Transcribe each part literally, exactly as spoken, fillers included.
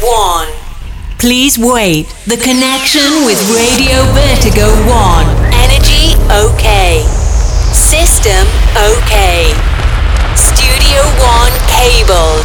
One. Please wait. The connection with Radio Vertigo One. Energy okay. System okay. Studio One cabled.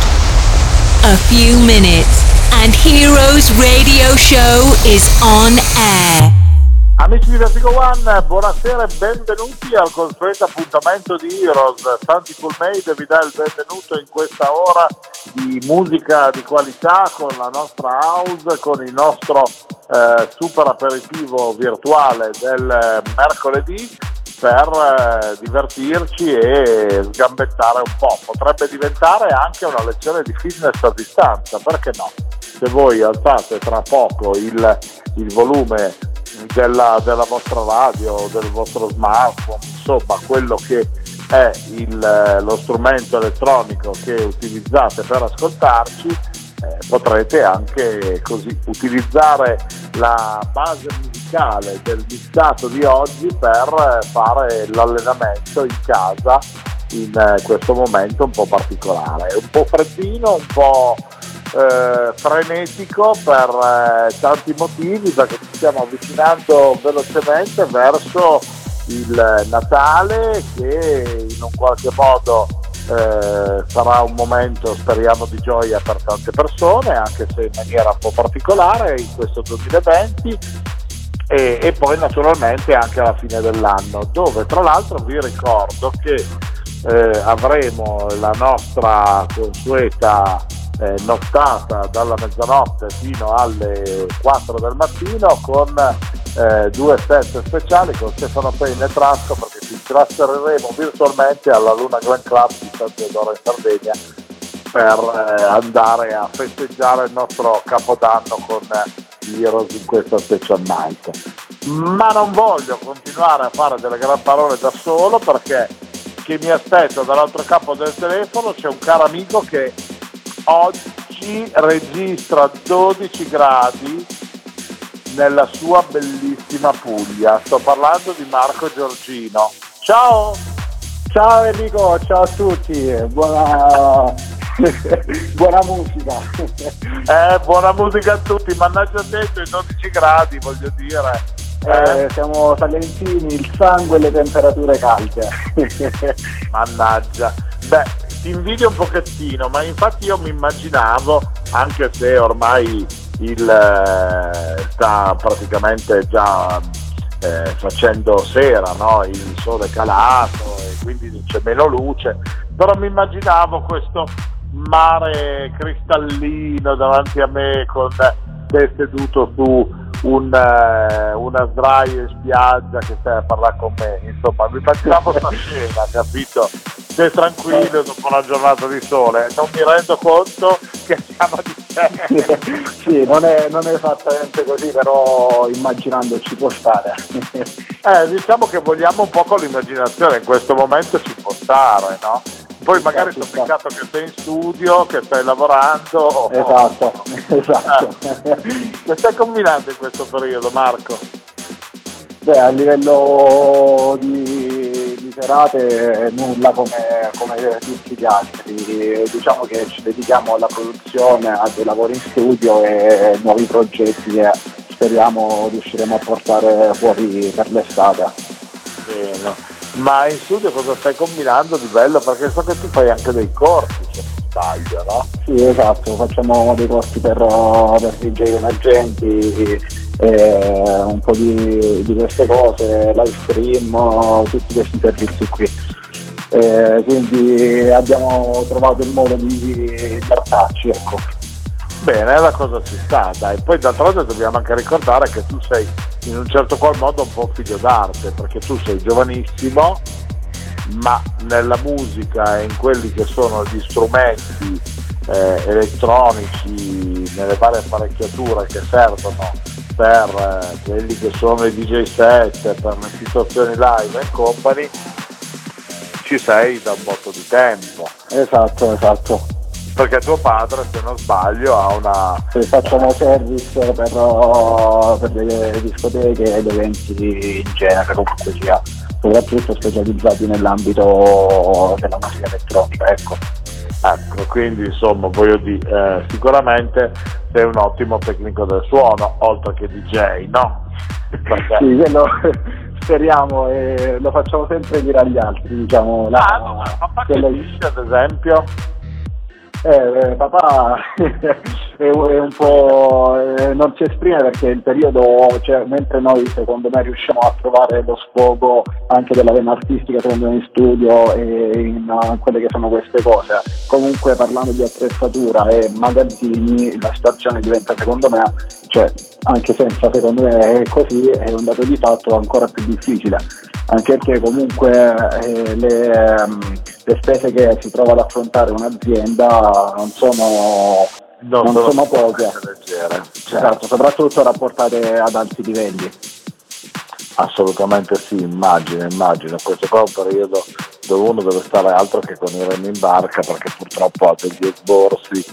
A few minutes and Heroes Radio Show is on air. Amici di Vertigo One, buonasera e benvenuti al consueto appuntamento di Heroes. Santi Coolmade vi dà il benvenuto in questa ora di musica di qualità con la nostra house, con il nostro eh, super aperitivo virtuale del mercoledì per eh, divertirci e sgambettare un po'. Potrebbe diventare anche una lezione di fitness a distanza, perché no? Se voi alzate tra poco il, il volume della, della vostra radio, del vostro smartphone, insomma quello che è il, lo strumento elettronico che utilizzate per ascoltarci, eh, potrete anche così utilizzare la base musicale del mixato di oggi per fare l'allenamento in casa in eh, questo momento un po' particolare, un po' freddino, un po' Eh, frenetico per eh, tanti motivi, perché ci stiamo avvicinando velocemente verso il Natale, che in un qualche modo eh, sarà un momento, speriamo, di gioia per tante persone, anche se in maniera un po' particolare in questo duemilaventi, e, e poi naturalmente anche alla fine dell'anno, dove tra l'altro vi ricordo che eh, avremo la nostra consueta Eh, nottata dalla mezzanotte fino alle quattro del mattino con eh, due set speciali con Stefano Payne e Trasco, perché ci trasferiremo virtualmente alla Luna Grand Club di San Teodoro in Sardegna per eh, andare a festeggiare il nostro Capodanno con gli Heroes in questa special night. Ma non voglio continuare a fare delle gran parole da solo, perché che mi aspetto dall'altro capo del telefono c'è un caro amico che oggi registra dodici gradi nella sua bellissima Puglia. Sto parlando di Marco Giorgino. Ciao! Ciao Enrico, ciao a tutti, buona, buona musica. Eh, buona musica a tutti, mannaggia detto i dodici gradi, voglio dire. Eh, eh, siamo salentini, il sangue e le temperature calde. Mannaggia. Beh, ti invidio un pochettino, ma infatti io mi immaginavo, anche se ormai il eh, sta praticamente già eh, facendo sera, no? Il sole è calato e quindi c'è meno luce, però mi immaginavo questo mare cristallino davanti a me con te seduto su un, eh, una sdraio in spiaggia che stai a parlare con me, insomma mi immaginavo questa scena, capito? Sei tranquillo dopo una giornata di sole, non mi rendo conto che siamo di te. Sì, non è, non è esattamente così, però immaginandoci può stare. Eh, diciamo che vogliamo un po' con l'immaginazione, in questo momento ci può stare, no? Poi magari sto peccato che sei in studio, che stai lavorando. Esatto, esatto. Eh. Che stai combinando in questo periodo, Marco? Beh, a livello di, di serate nulla come, come tutti gli altri, diciamo che ci dedichiamo alla produzione, a dei lavori in studio e nuovi progetti che speriamo riusciremo a portare fuori per l'estate. Bene. Ma in studio cosa stai combinando di bello? Perché so che tu fai anche dei corsi, se non sbaglio, no? Sì, esatto, facciamo dei corsi per, per D J emergenti, eh, un po' di, di queste cose, live stream, tutti questi servizi qui. Eh, quindi abbiamo trovato il modo di darci, ecco. Bene, la cosa ci sta, dai. Poi d'altronde dobbiamo anche ricordare che tu sei in un certo qual modo un po' figlio d'arte, perché tu sei giovanissimo, ma nella musica e in quelli che sono gli strumenti eh, elettronici, nelle varie apparecchiature che servono per eh, quelli che sono i D J set, per le situazioni live e company, ci sei da un botto di tempo. Esatto, esatto. Perché tuo padre, se non sbaglio, ha una... Sì, facciamo service per, per le discoteche ed eventi in genere, comunque sia, soprattutto specializzati nell'ambito della musica elettronica, ecco. Ecco, quindi insomma voglio dire, eh, sicuramente sei un ottimo tecnico del suono, oltre che D J, no? Perché... Sì, quello speriamo e lo facciamo sempre dire agli altri, diciamo. La, ah, no, ma papà che dice, ad esempio? Eh, eh, papà è, è un po' eh, non si esprime perché il periodo, cioè, mentre noi secondo me riusciamo a trovare lo sfogo anche della vena artistica secondo me in studio e in uh, quelle che sono queste cose, comunque parlando di attrezzatura e magazzini la situazione diventa secondo me, cioè anche senza secondo me è così, è un dato di fatto ancora più difficile, anche perché comunque eh, le, um, le spese che si trova ad affrontare un'azienda non sono, non non sono, sono poche, leggere, certo. Esatto, soprattutto rapportate ad alti livelli. Assolutamente sì, immagino, immagino. Questo qua è un periodo dove uno deve stare altro che con i remi in barca, perché purtroppo ha degli esborsi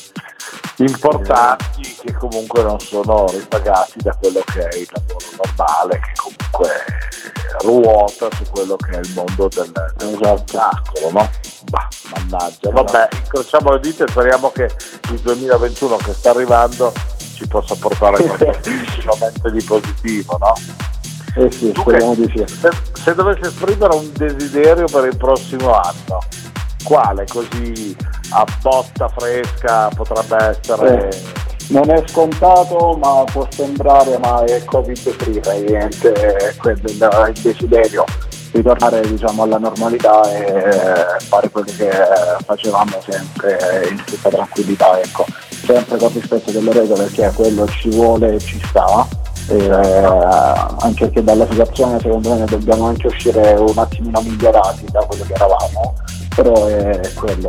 importanti che comunque non sono ripagati da quello che è il lavoro normale, che comunque ruota su quello che è il mondo del, del spettacolo, no? Bah, mannaggia, vabbè, incrociamo le dita e speriamo che il duemilaventuno che sta arrivando ci possa portare qualcosa sicuramente di positivo, no? Eh sì, tu speriamo che, di sì. Se, se dovessi esprimere un desiderio per il prossimo anno, quale? Così a botta fresca potrebbe essere... Eh, non è scontato, ma può sembrare, ma è Covid free praticamente, è quello il desiderio, ritornare diciamo alla normalità e fare quello che facevamo sempre in tutta tranquillità, ecco, sempre con rispetto delle regole, perché quello ci vuole e ci sta. E, eh, anche perché dalla situazione secondo me dobbiamo anche uscire un attimino migliorati da quello che eravamo, però è, è quello.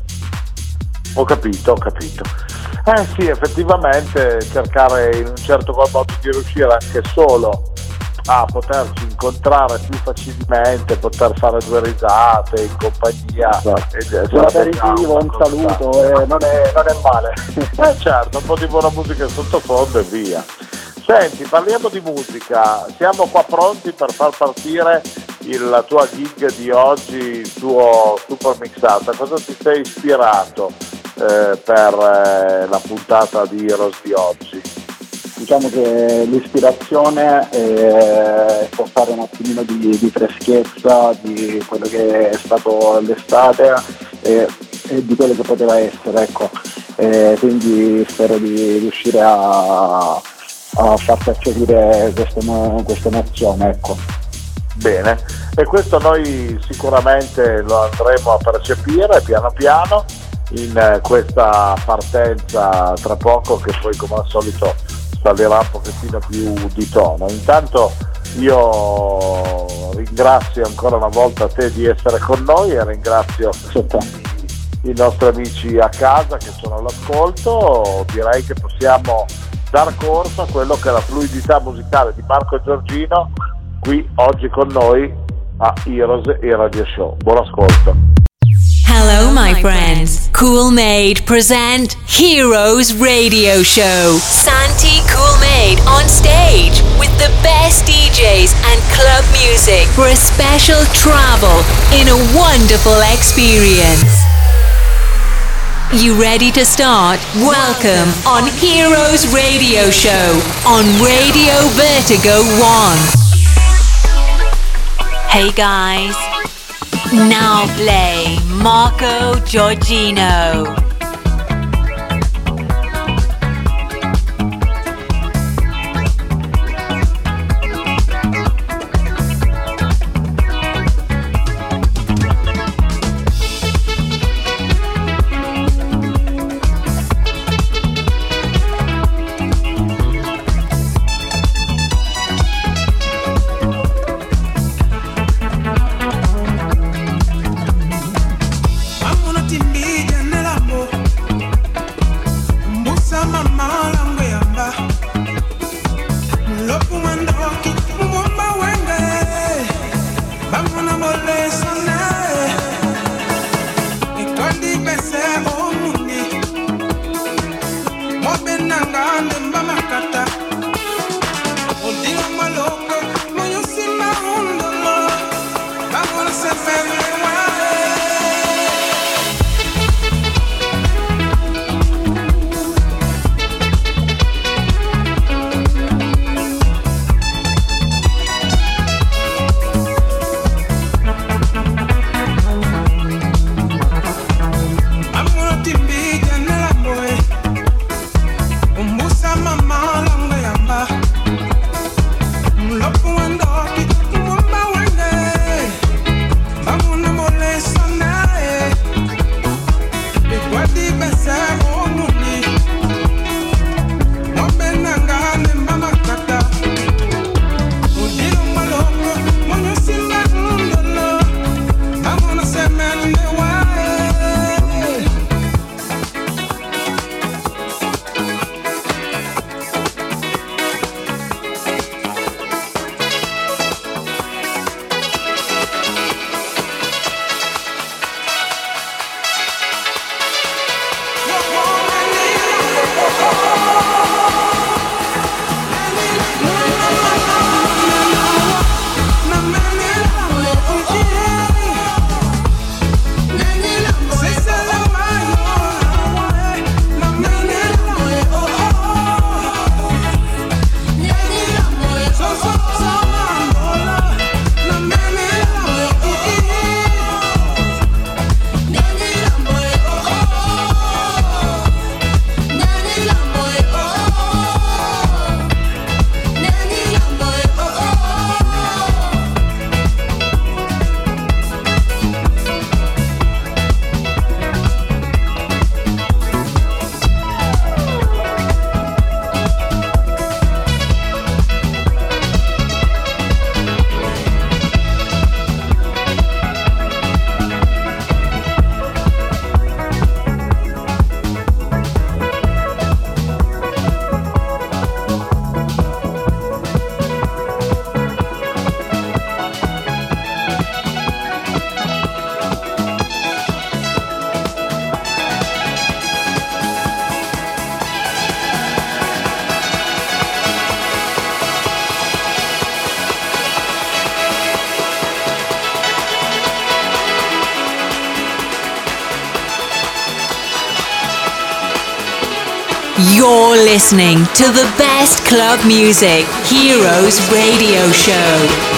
Ho capito, ho capito. Eh sì, effettivamente cercare in un certo qual modo di riuscire anche solo a poterci incontrare più facilmente, poter fare due risate in compagnia, esatto. Un aperitivo, un saluto, eh, non, è, non è male. Eh certo, un po' di buona musica in sottofondo e via. Senti, parliamo di musica, siamo qua pronti per far partire il, la tua gig di oggi, il tuo super mixata. Cosa ti sei ispirato eh, per eh, la puntata di Heroes di oggi? Diciamo che l'ispirazione è portare un attimino di, di freschezza di quello che è stato l'estate e, e di quello che poteva essere, ecco. E quindi spero di riuscire a a far percepire questa emozione, ecco. Bene, e questo noi sicuramente lo andremo a percepire piano piano in questa partenza tra poco, che poi come al solito salirà un pochettino più di tono. Intanto io ringrazio ancora una volta te di essere con noi e ringrazio i, i nostri amici a casa che sono all'ascolto. Direi che possiamo dar corso a quello che è la fluidità musicale di Marco Giorgino qui oggi con noi a Heroes e Radio Show. Buon ascolto. Hello my friends, Cool-Made present Heroes Radio Show. Santi Cool-Made on stage with the best D Js and club music for a special travel in a wonderful experience. You ready to start? Welcome on Heroes Radio Show on Radio Vertigo One. Hey guys, now play Marco Giorgino. Timbija nella You're listening to the best club music, Heroes Radio Show.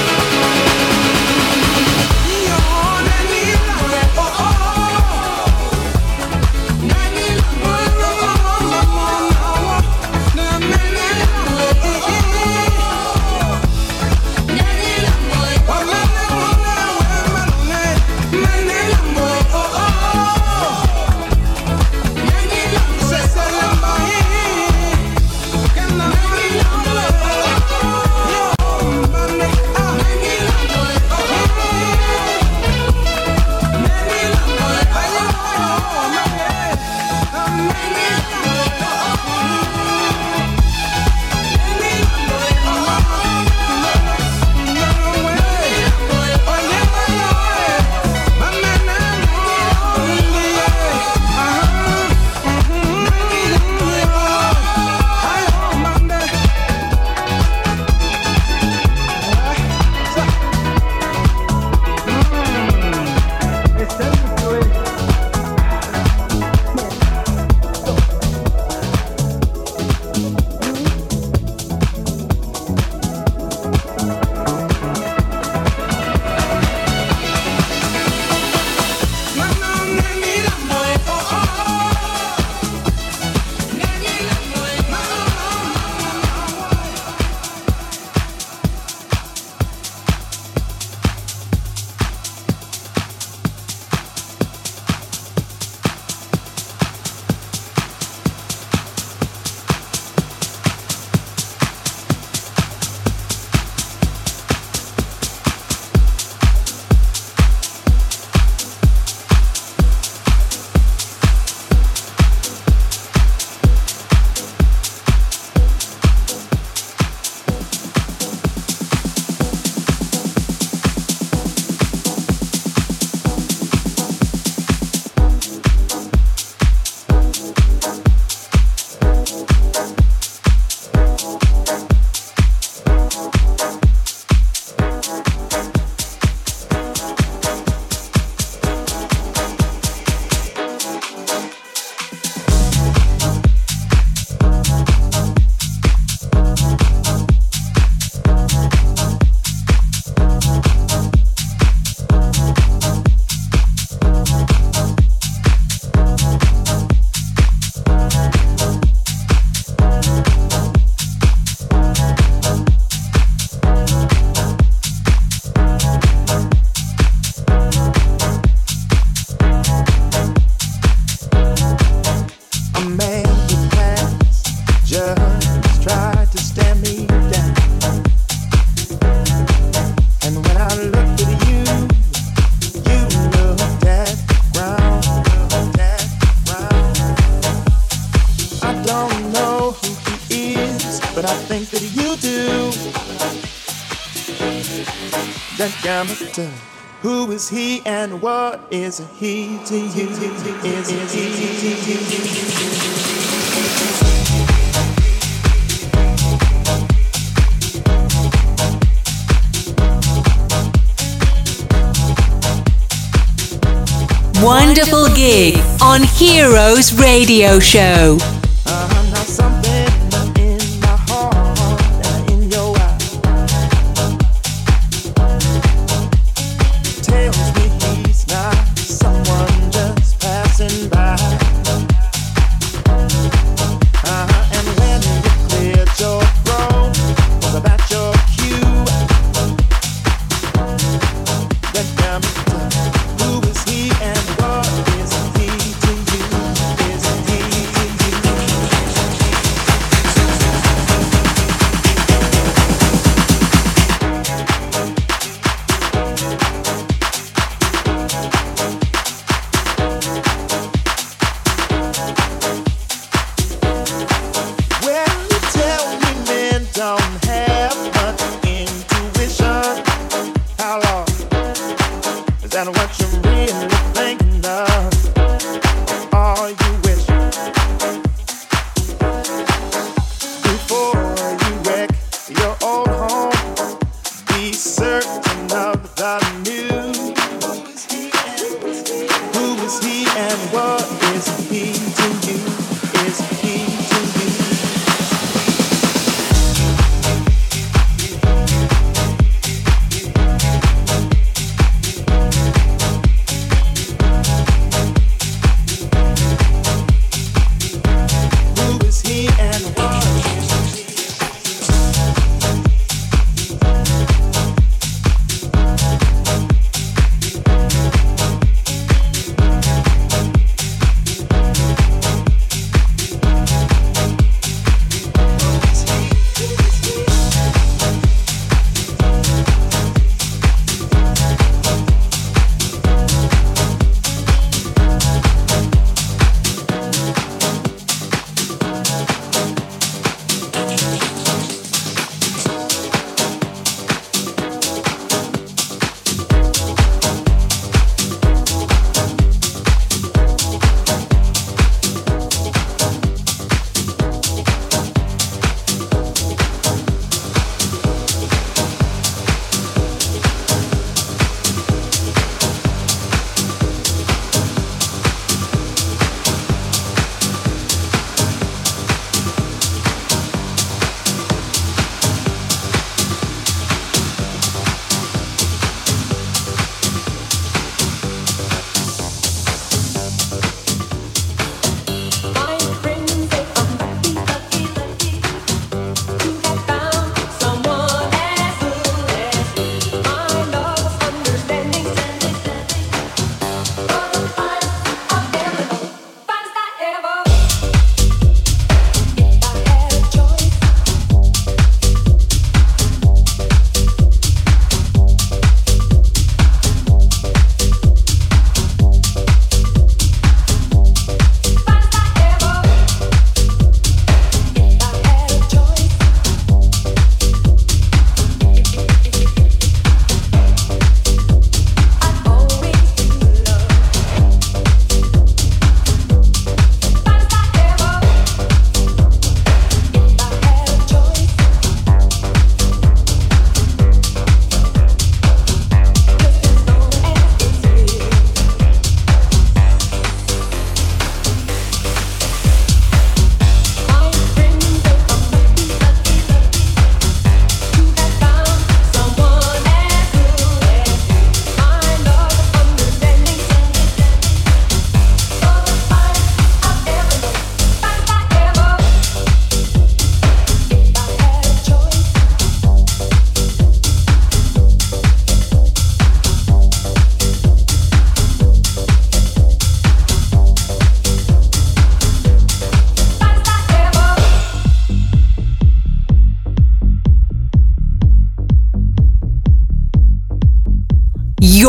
man who has just tried to stand me down. And when I looked at you, you looked at the ground, looked at the ground. I don't know who he is, but I think that you do. That gambler, who is he and what is he to you? Is he? Wonderful gig on Heroes Radio Show. Uh, now something in my heart and in your eyes tells me he's not someone just passing by. Uh, and when you cleared your throat, was about your cue. That damn it, who is he and what is he to you? Is he to you?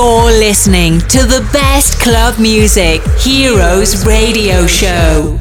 You're listening to the best club music, Heroes Radio Show.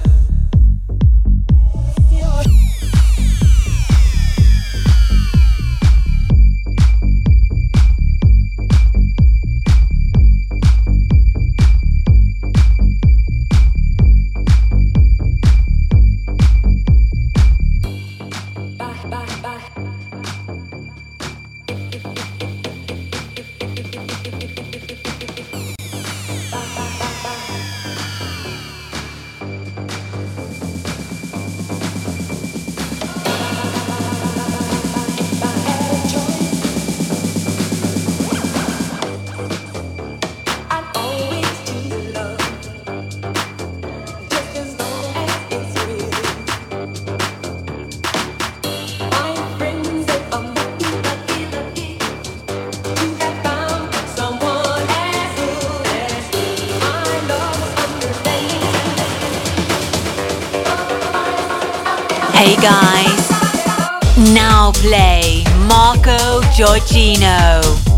Hey guys, now play Marco Giorgino.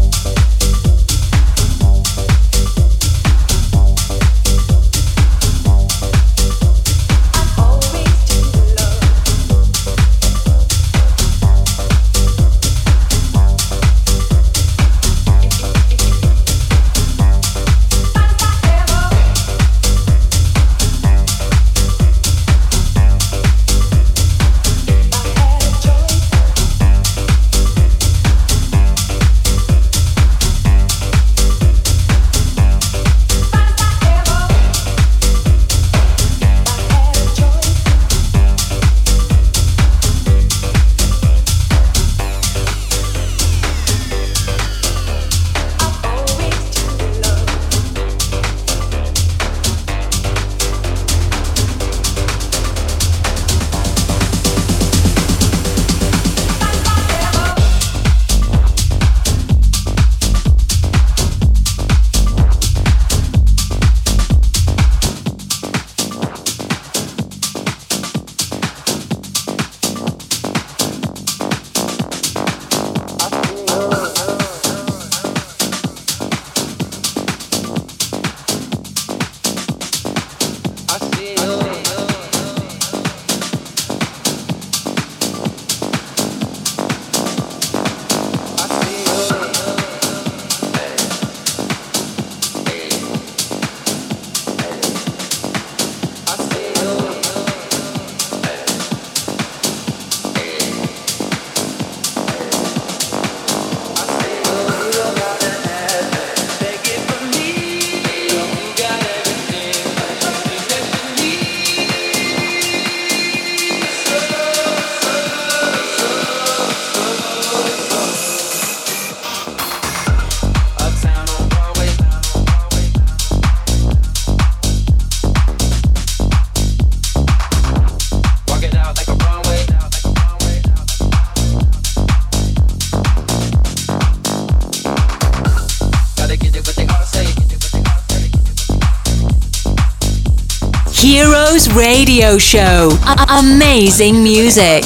Heroes Radio Show. A- amazing music.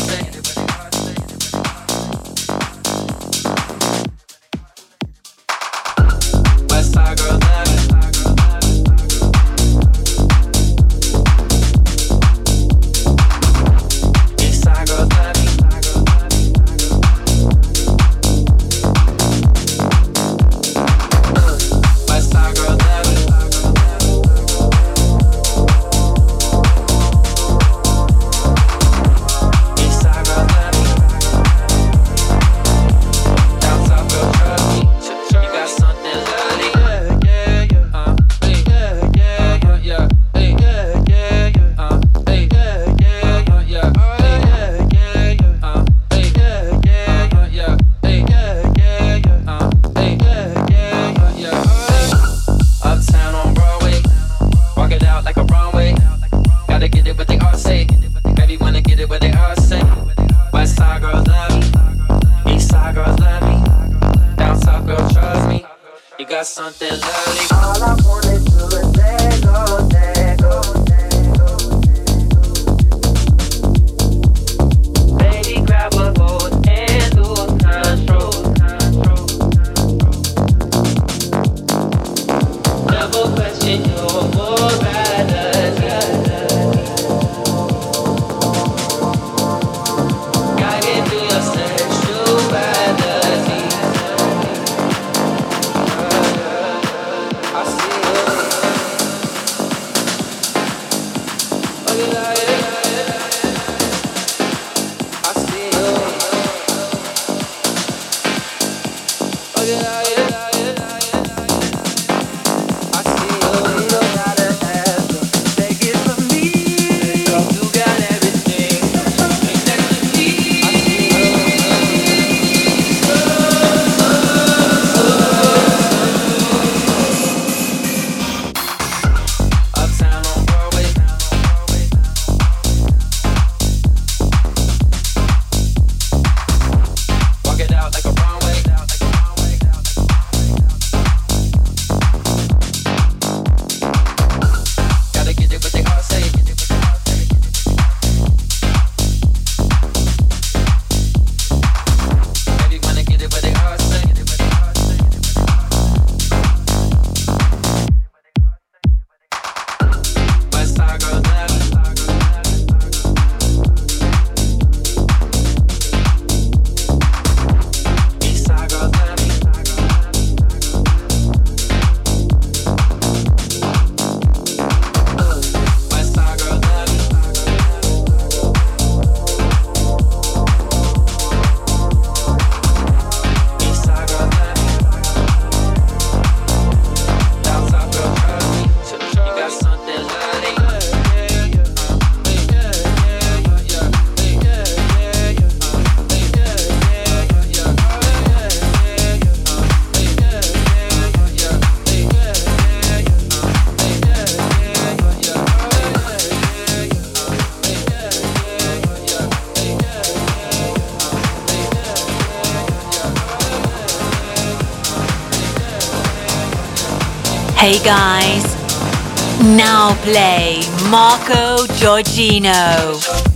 Hey guys, now play Marco Giorgino.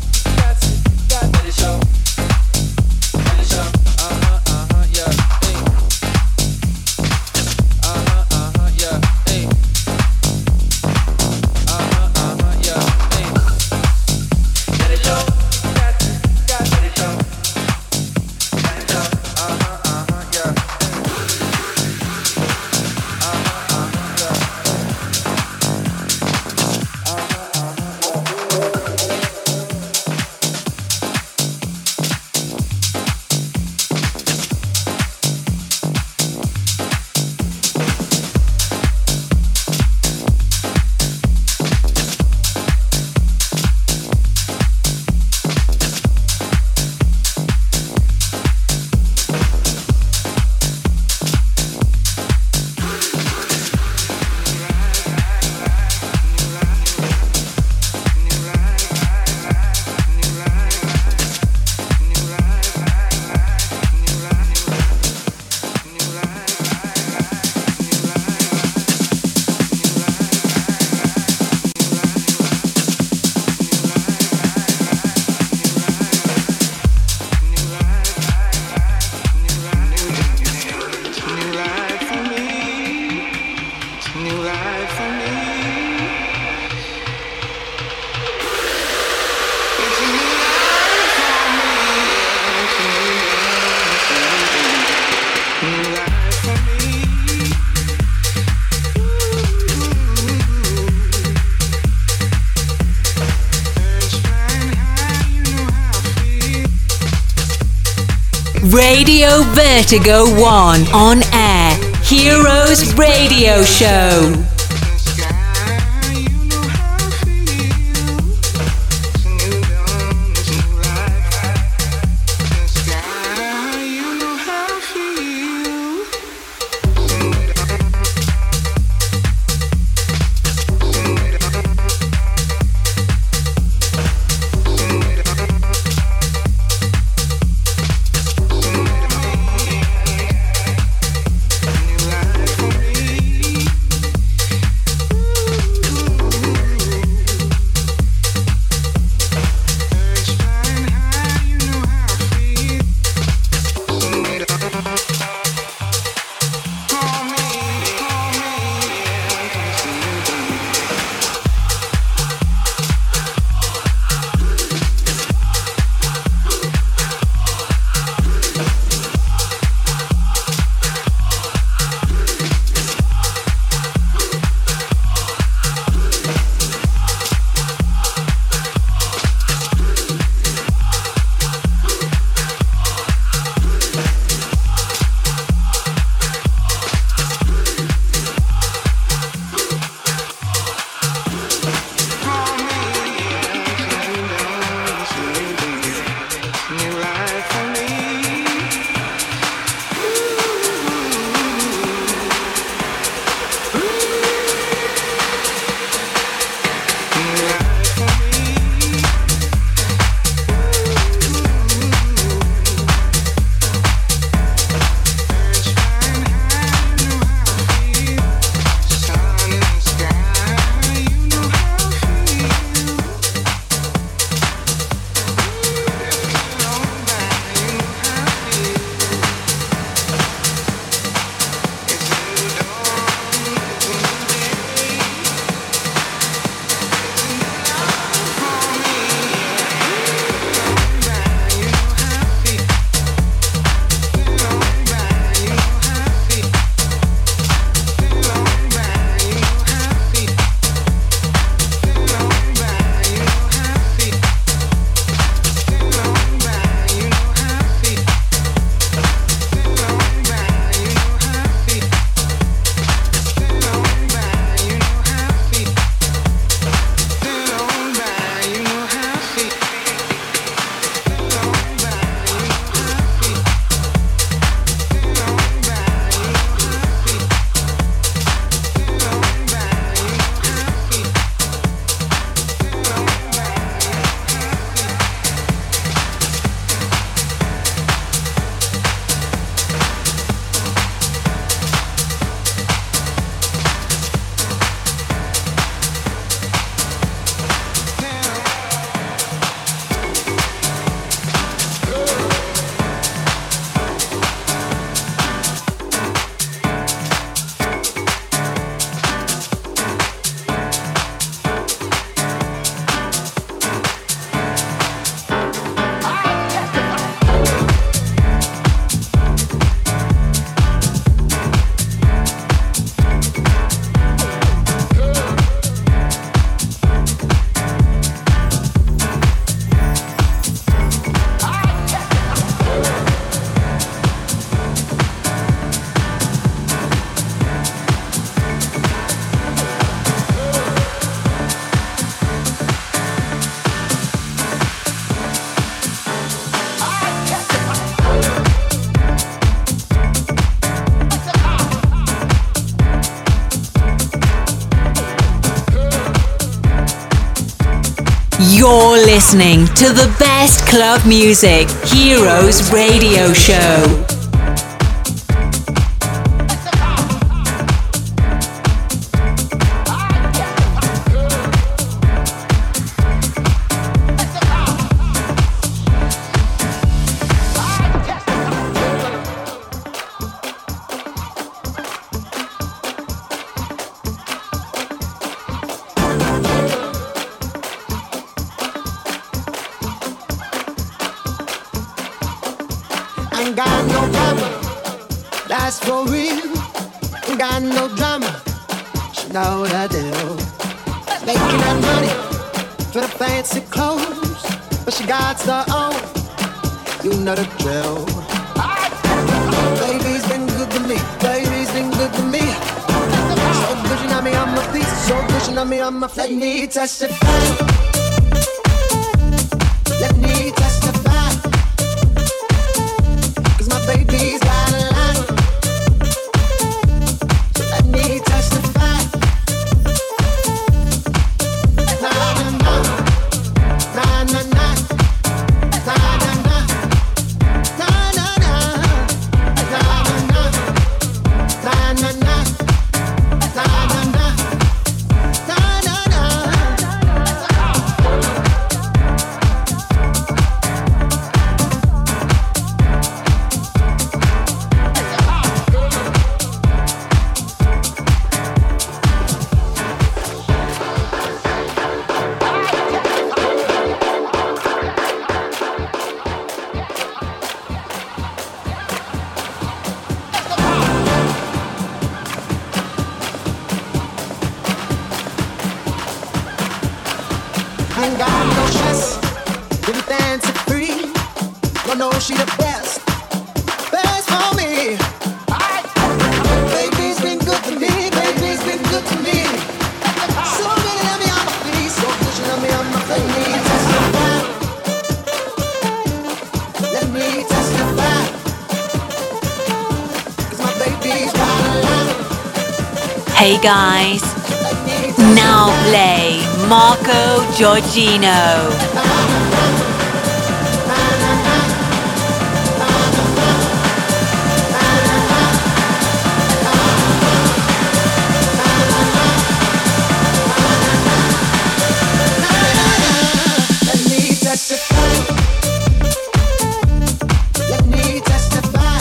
Radio Vertigo One on air. Heroes Radio Show. listening to the best club music, Heroes Radio Show. Let me testify. Let me testify. 'Cause my baby's got a line. So let me testify. Na na na, na na na, na na na, na na na, na na na, na na na, na na na. Ain't got no stress, been dancing free. I know she the best, best for me. Baby's been good to me, baby's been good to me. So many let me on my feet, so good she let me on my feet. Let me testify, let me testify. 'Cause my baby's got a line. Hey guys, now play Marco Giorgino. Let me testify. Let me testify.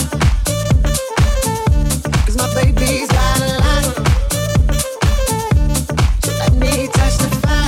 'Cause my baby's got a line. So let me testify.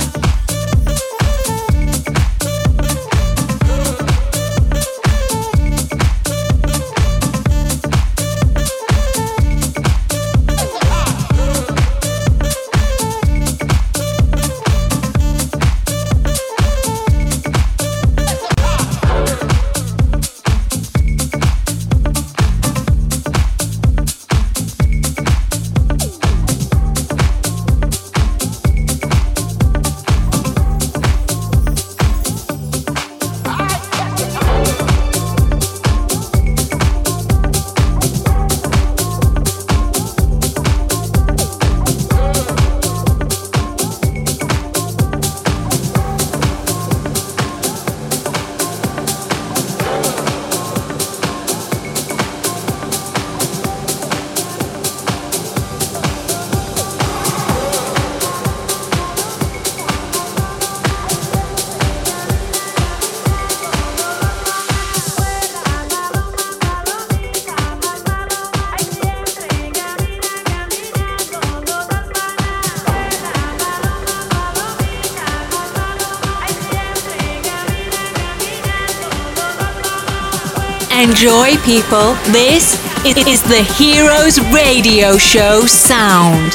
Enjoy, people. This is the Heroes Radio Show sound.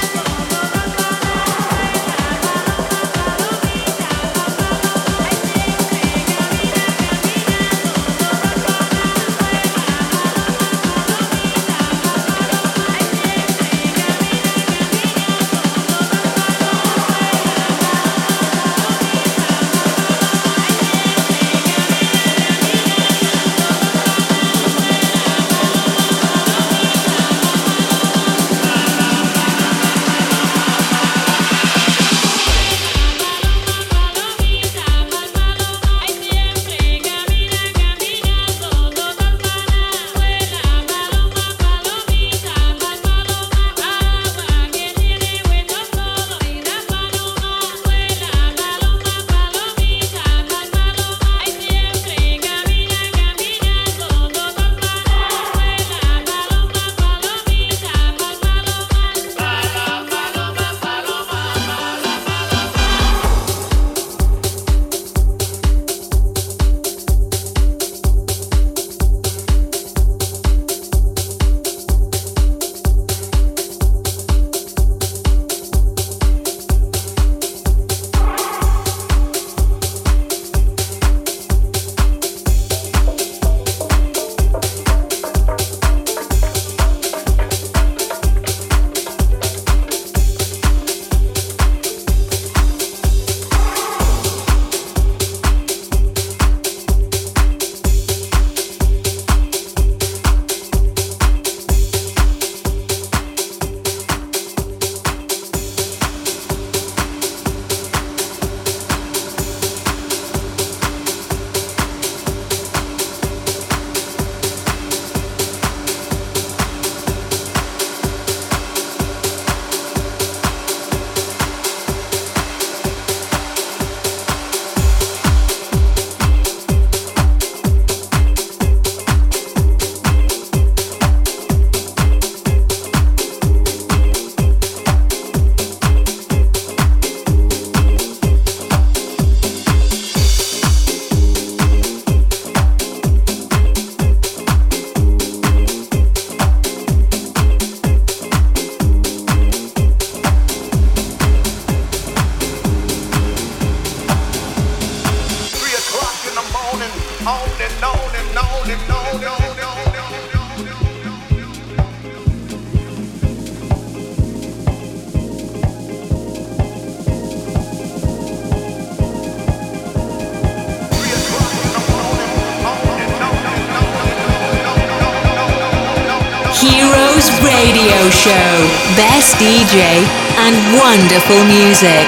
Heroes Radio Show. Best D J and wonderful music.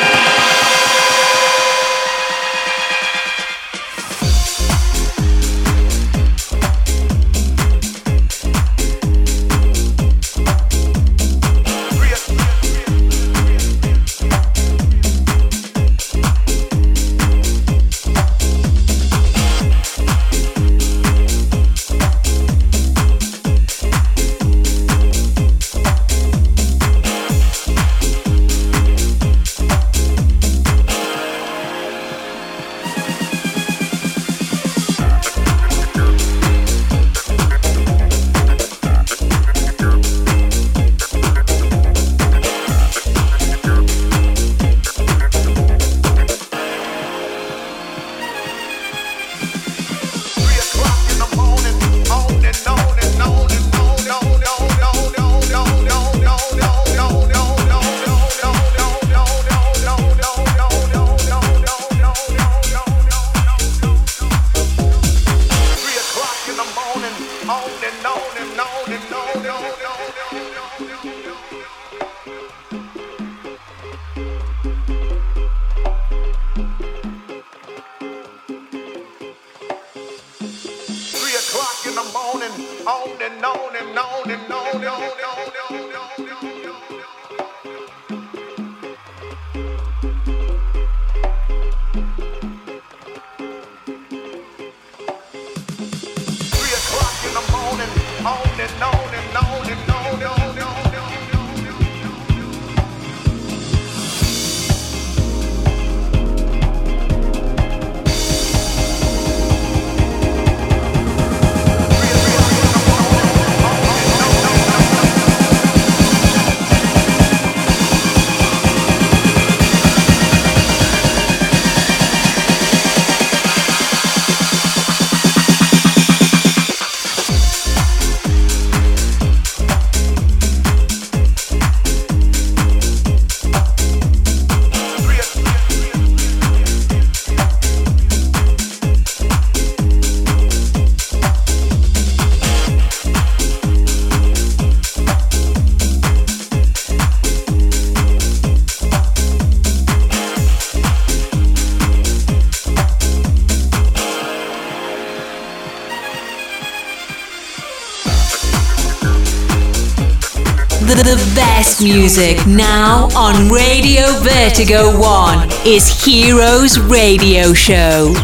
The best music now on Radio Vertigo One is Heroes Radio Show.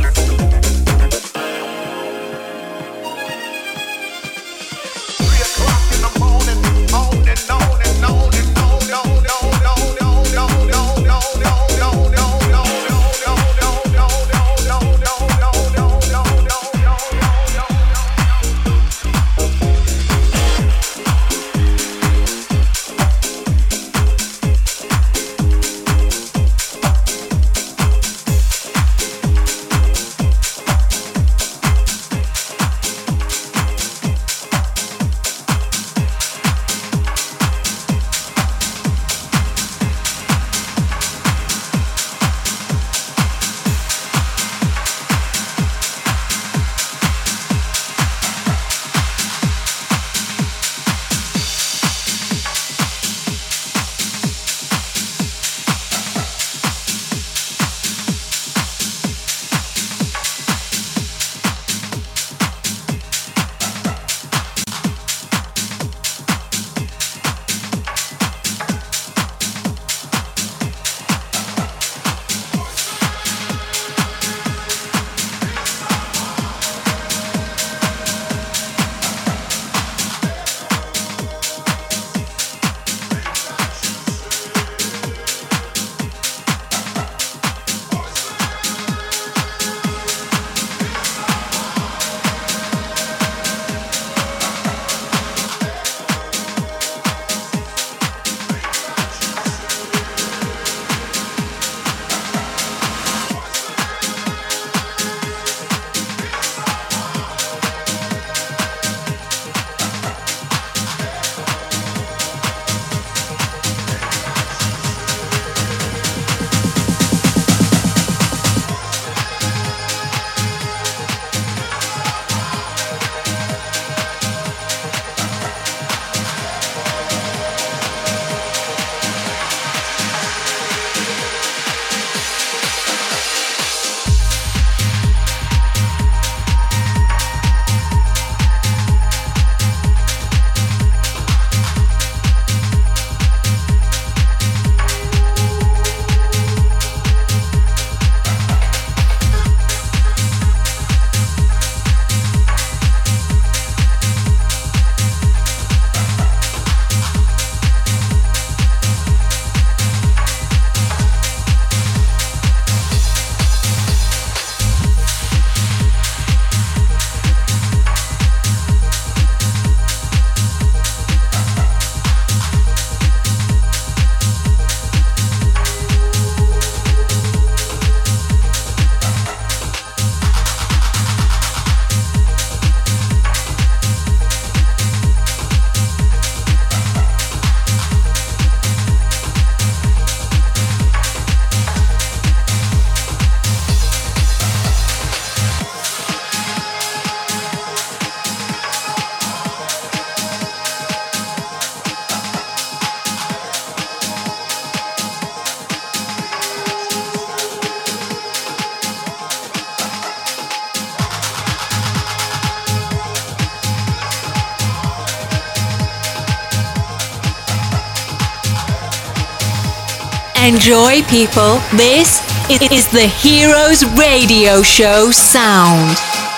Enjoy, people. This is the Heroes Radio Show sound.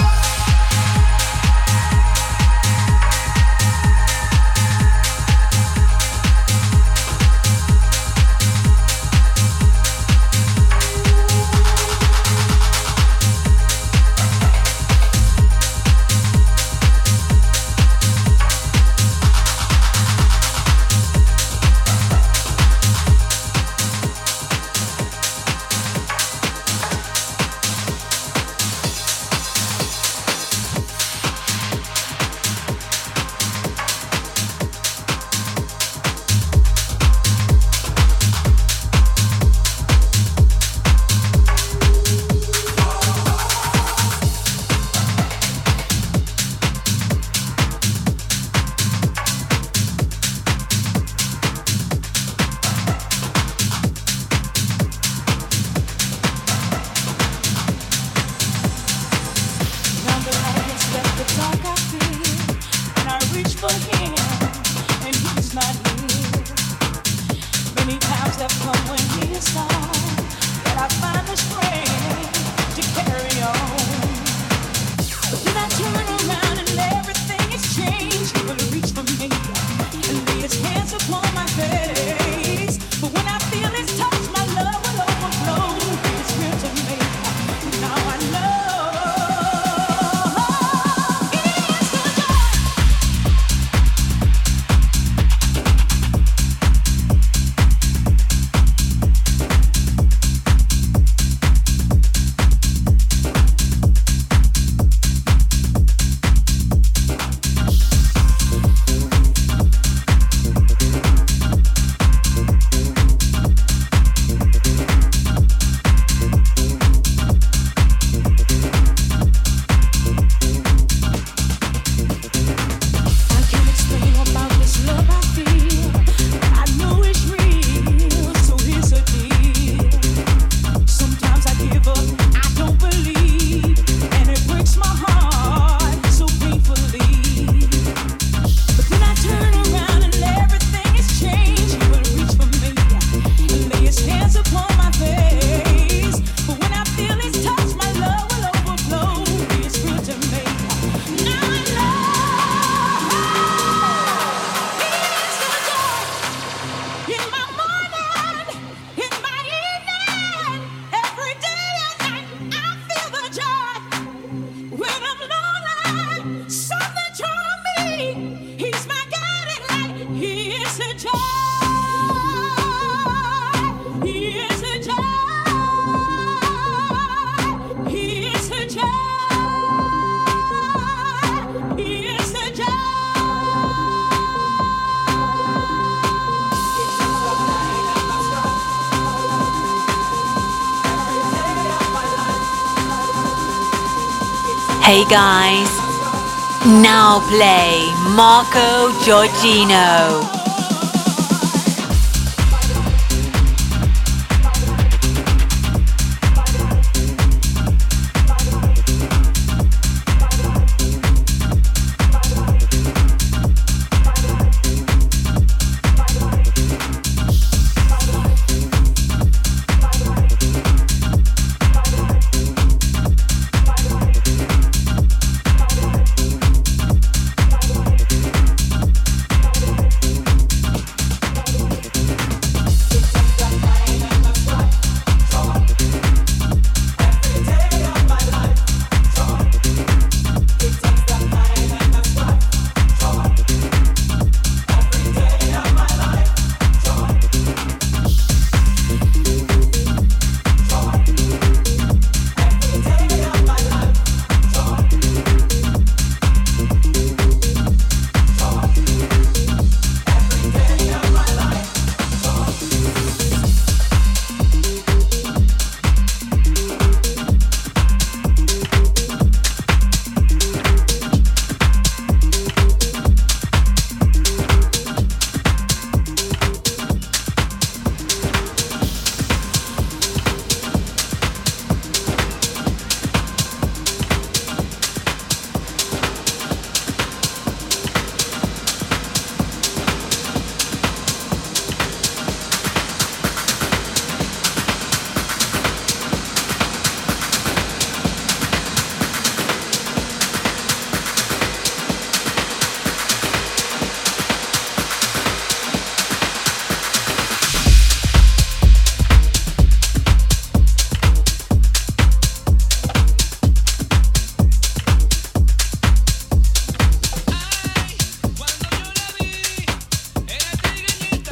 Hey guys, now play Marco Giorgino.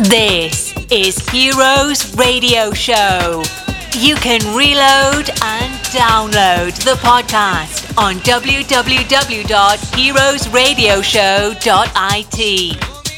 This is Heroes Radio Show. You can reload and download the podcast on w w w dot heroes radio show dot i t.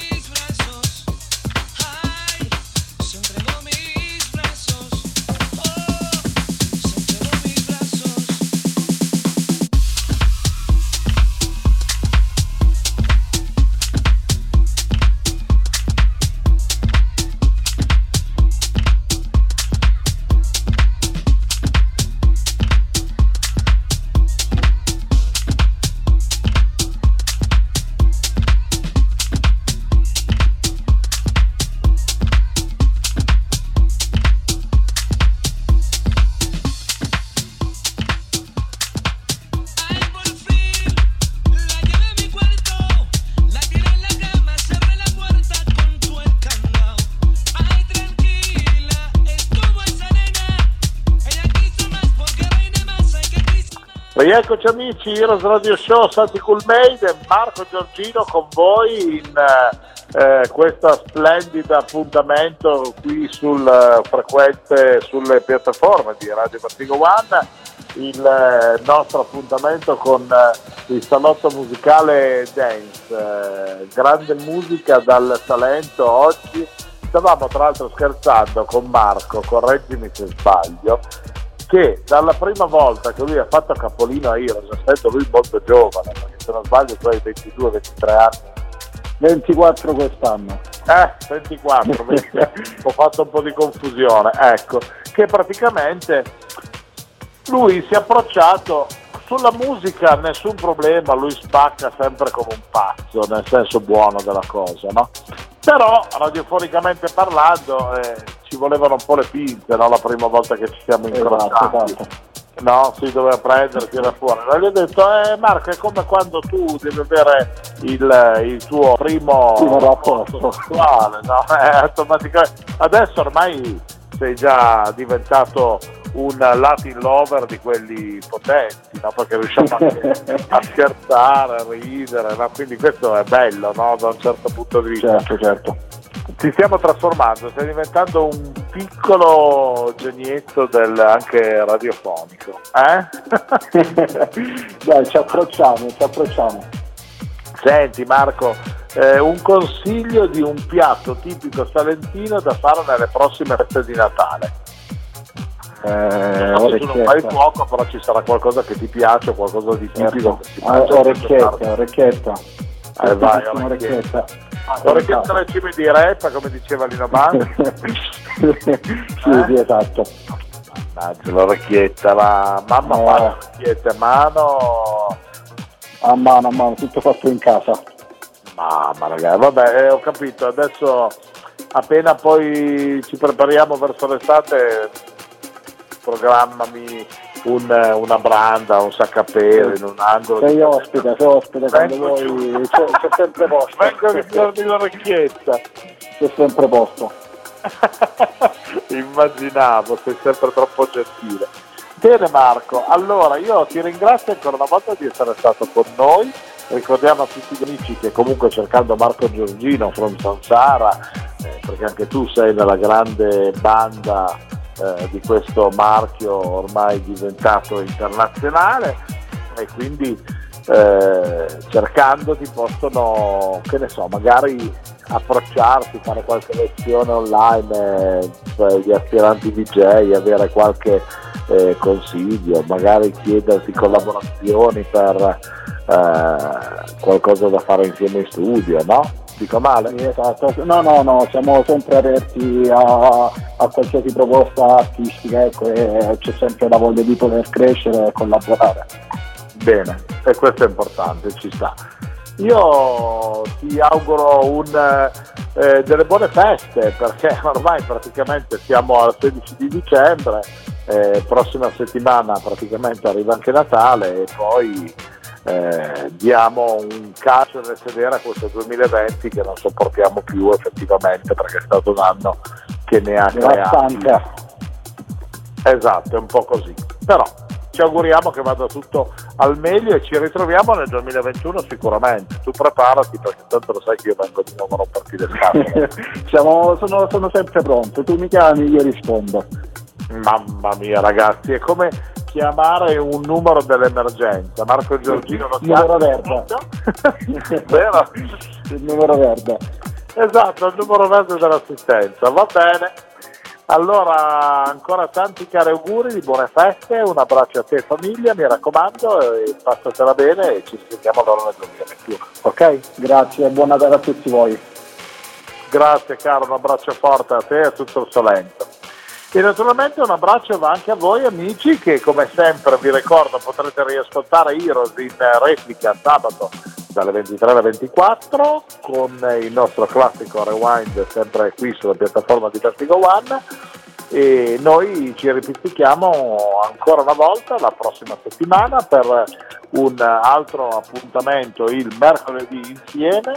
Rieccoci amici, Heroes Radio Show, Santi Cool Made, Marco Giorgino con voi in eh, questo splendido appuntamento qui sul uh, frequente sulle piattaforme di Radio Vertigo One, il eh, nostro appuntamento con eh, il salotto musicale Dance, eh, grande musica dal Salento. Oggi stavamo tra l'altro scherzando con Marco, correggimi se sbaglio, che dalla prima volta che lui ha fatto capolino a Heroes, essendo lui molto giovane, perché se non sbaglio tu hai ventidue ventitré anni, ventiquattro quest'anno. Eh, ventiquattro, ho fatto un po' di confusione, ecco, che praticamente lui si è approcciato sulla musica, nessun problema, lui spacca sempre come un pazzo, nel senso buono della cosa, no? Però radiofonicamente parlando eh, ci volevano un po' le pinze, no? La prima volta che ci siamo incrociati, esatto, no? Si doveva prendere, tirare fuori. E gli ho detto, eh Marco, è come quando tu devi avere il, il tuo primo, primo rapporto sessuale, no? Eh, automaticamente. Adesso ormai sei già diventato un Latin lover di quelli potenti, no? Perché riusciamo anche a scherzare, a ridere, no? Quindi questo è bello, no? Da un certo punto di vista. Certo, certo. Ci stiamo trasformando, stai diventando un piccolo genietto del, anche radiofonico, eh? Dai, ci approcciamo, ci approcciamo. Senti Marco, eh, un consiglio di un piatto tipico salentino da fare nelle prossime feste di Natale. Eh, So, tu non fai fuoco, però ci sarà qualcosa che ti piace, qualcosa di tipico che si ah, mangia. orecchietta, orecchietta. Eh, vai, orecchietta. orecchietta. Orecchietta alle cime di rap, come diceva Lino Banfi. sì, eh? sì, esatto. Mannaggia, l'orecchietta, la mamma eh. fa le orecchiette a mano. A mano, a mano, tutto fatto in casa. Mamma ragazzi, vabbè, eh, ho capito, adesso appena poi ci prepariamo verso l'estate, programmami un, una branda, un saccapere in un angolo. Sei ospite, sei ospite, quando vuoi, c'è, c'è sempre posto. Vengo a ritirarmi l'orecchietta. C'è sempre posto. Immaginavo, sei sempre troppo gentile. Bene Marco, allora io ti ringrazio ancora una volta di essere stato con noi. Ricordiamo a tutti gli amici che comunque cercando Marco Giorgino from Sansara, eh, perché anche tu sei nella grande banda eh, di questo marchio ormai diventato internazionale, e quindi eh, cercandoti possono, che ne so, magari approcciarsi, fare qualche lezione online, eh, cioè gli aspiranti D J, avere qualche eh, consiglio, magari chiederti collaborazioni per eh, qualcosa da fare insieme in studio, no? Dico male? Sì, esatto. No, no, no, siamo sempre aperti a, a qualsiasi proposta artistica, ecco, e c'è sempre la voglia di poter crescere e collaborare. Bene, e questo è importante, ci sta. Io ti auguro un, eh, delle buone feste, perché ormai praticamente siamo al sedici di dicembre, eh, prossima settimana praticamente arriva anche Natale, e poi eh, diamo un calcio nel sedere a questo duemilaventi che non sopportiamo più effettivamente, perché è stato un anno che ne ha creati. Esatto, è un po' così, però ci auguriamo che vada tutto al meglio e ci ritroviamo nel duemilaventuno sicuramente. Tu preparati, perché tanto lo sai che io vengo di nuovo a romperti del cazzo. Siamo, sono, sono sempre pronto, tu mi chiami, io rispondo. Mamma mia ragazzi, è come chiamare un numero dell'emergenza. Marco Giorgino lo il numero verde. Vero? Il numero verde. Esatto, il numero verde dell'assistenza. Va bene. Allora, ancora tanti cari auguri di buone feste, un abbraccio a te e famiglia, mi raccomando, e passatela bene e ci sentiamo allora nel duemilaventuno, ok? Grazie, buon Natale a tutti voi. Grazie caro, un abbraccio forte a te e a tutto il Salento. E naturalmente un abbraccio va anche a voi amici, che come sempre vi ricordo potrete riascoltare Heroes in replica sabato dalle ventitré alle ventiquattro con il nostro classico Rewind sempre qui sulla piattaforma di Vertigo One, e noi ci ripizzichiamo ancora una volta la prossima settimana per un altro appuntamento il mercoledì insieme.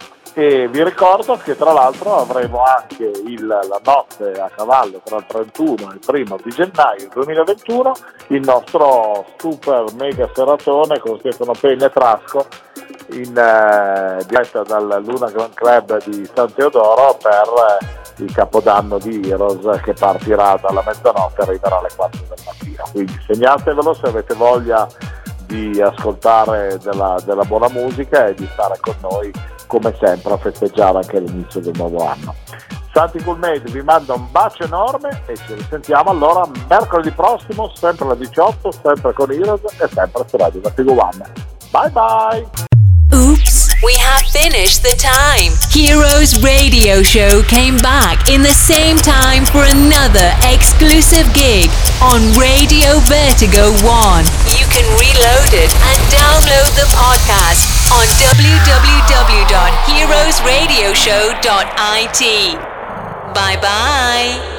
E vi ricordo che tra l'altro avremo anche il, la notte a cavallo tra il trentuno e il primo di gennaio duemilaventuno, il nostro super mega seratone con Stefano Penna e Frasco in eh, diretta dal Luna Grand Club di San Teodoro per eh, il capodanno di Heroes, che partirà dalla mezzanotte e arriverà alle quattro del mattino. Quindi segnatevelo se avete voglia di ascoltare della, della buona musica e di stare con noi come sempre a festeggiare anche l'inizio del nuovo anno. Santi Cool Made vi manda un bacio enorme e ci risentiamo allora mercoledì prossimo, sempre alle diciotto, sempre con Heroes e sempre su Radio Vertigo One. Bye bye! Oops, we have finished the time. Heroes Radio Show came back in the same time for another exclusive gig on Radio Vertigo One. You can reload it and download the podcast on w w w dot heroes radio show dot i t. Bye bye.